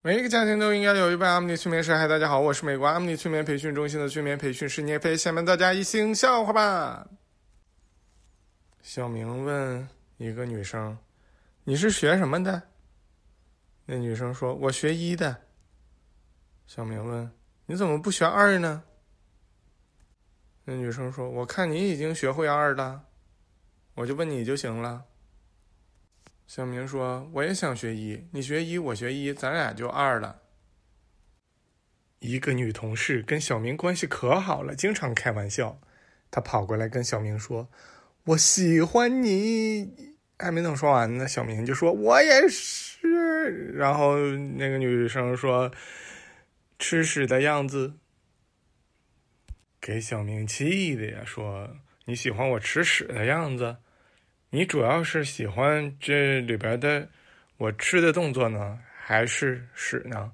每一个家庭都应该有一位阿姆尼催眠师。嗨，大家好，我是美国阿姆尼催眠培训中心的催眠培训师聂飞。下面大家一起听笑话吧。小明问一个女生：“你是学什么的？”那女生说：“我学医的。”小明问：“你怎么不学二呢？”那女生说：“我看你已经学会二了，我就问你就行了。”小明说：“我也想学医，你学医，我学医，咱俩就二了。”一个女同事跟小明关系可好了，经常开玩笑。她跑过来跟小明说：“我喜欢你。”还没等说完呢，小明就说：“我也是。”然后那个女生说：“吃屎的样子。”给小明气的呀，说：“你喜欢我吃屎的样子？你主要是喜欢这里边的我吃的动作呢，还是屎呢？”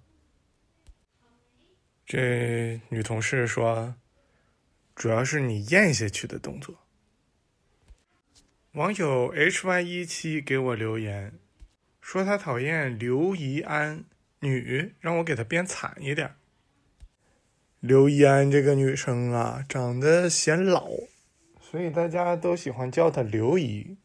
这女同事说：“主要是你咽下去的动作。”网友 HY17给我留言说他讨厌刘怡安，女，让我给他编惨一点。刘怡安这个女生啊，长得显老，所以大家都喜欢叫她刘怡。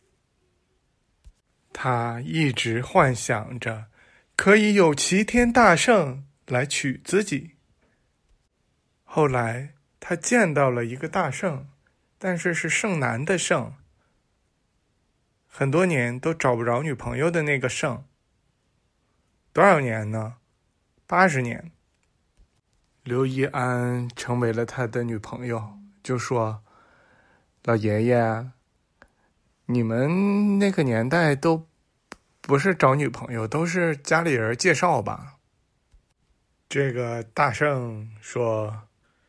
她一直幻想着可以有齐天大圣来娶自己。后来她见到了一个大圣，但是是剩男的圣，很多年都找不着女朋友的那个圣。多少年呢？80年。刘一安成为了他的女朋友，就说：“老爷爷，你们那个年代都不是找女朋友，都是家里人介绍吧？”这个大圣说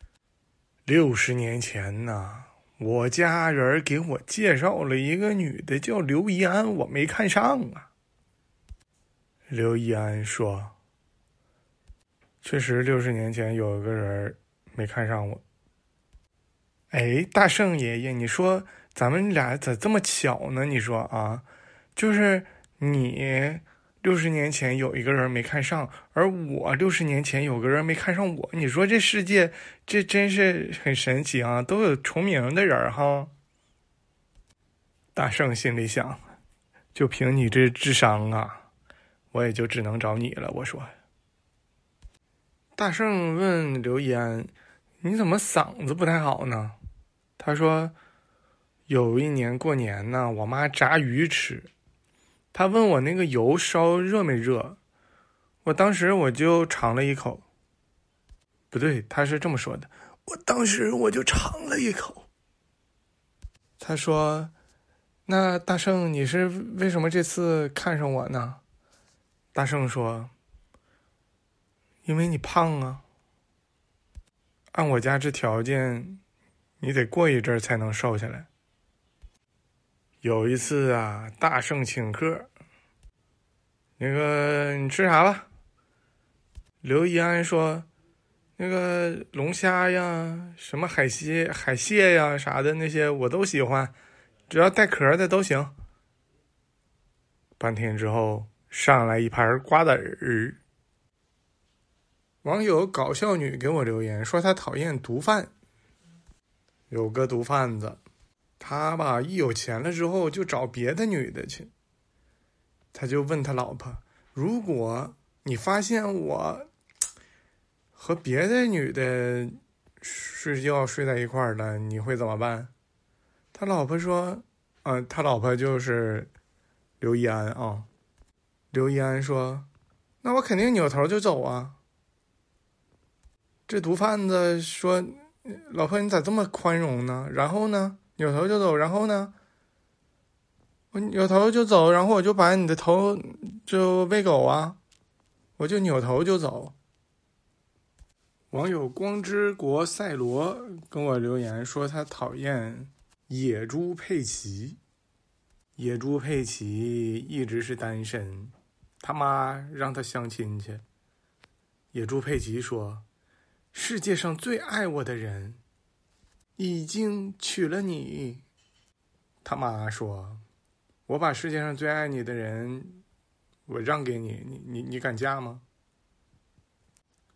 ：“60年前呢，我家人给我介绍了一个女的叫刘一安，我没看上啊。”刘一安说：“确实60年前有个人没看上我。”哎，大圣爷爷，你说咱们俩咋这么巧呢？你说啊，就是你60年前有一个人没看上，而我60年前有个人没看上我。你说这世界这真是很神奇啊，都有重名的人哈。大圣心里想，就凭你这智商啊，我也就只能找你了。我说。大圣问刘一安：“你怎么嗓子不太好呢？”他说：“有一年过年呢，我妈炸鱼吃，她问我那个油烧热没热，我当时就尝了一口。不对，他是这么说的，我当时就尝了一口。”他说：“那大圣，你是为什么这次看上我呢？”大圣说：“因为你胖啊，按我家这条件，你得过一阵才能瘦下来。”有一次啊，大圣请客，那个你吃啥吧？刘一安说：“那个龙虾呀，什么海蟹呀啥的那些我都喜欢，只要带壳的都行。”半天之后，上来一盘瓜子儿。网友搞笑女给我留言说她讨厌毒贩。有个毒贩子，他吧一有钱了之后就找别的女的去。他就问他老婆：“如果你发现我和别的女的睡觉睡在一块儿了，你会怎么办？”他老婆说：“他老婆就是刘一安啊。”刘一安说：“那我肯定扭头就走啊。”这毒贩子说：“老婆你咋这么宽容呢？然后呢？扭头就走，然后呢？”“我扭头就走，然后我就把你的头就喂狗啊，我就扭头就走。”网友光之国赛罗跟我留言说他讨厌野猪佩奇。野猪佩奇一直是单身，他妈让他相亲去。野猪佩奇说：“世界上最爱我的人已经娶了你。”他妈说：“我把世界上最爱你的人我让给你，你敢嫁吗？”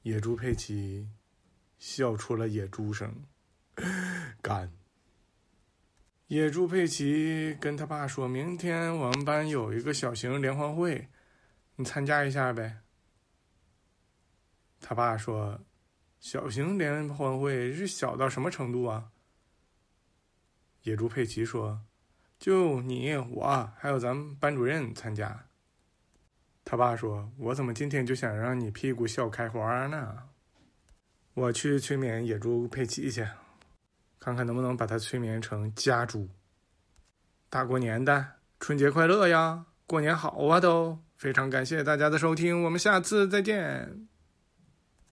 野猪佩奇笑出了野猪声，干。野猪佩奇跟他爸说，明天我们班有一个小型联欢会，你参加一下呗。他爸说，小型联欢会是小到什么程度啊？野猪佩奇说，就你我还有咱们班主任参加。他爸说，我怎么今天就想让你屁股笑开花呢？我去催眠野猪佩奇去，看看能不能把他催眠成家猪。大过年的，春节快乐呀，过年好啊都，非常感谢大家的收听，我们下次再见。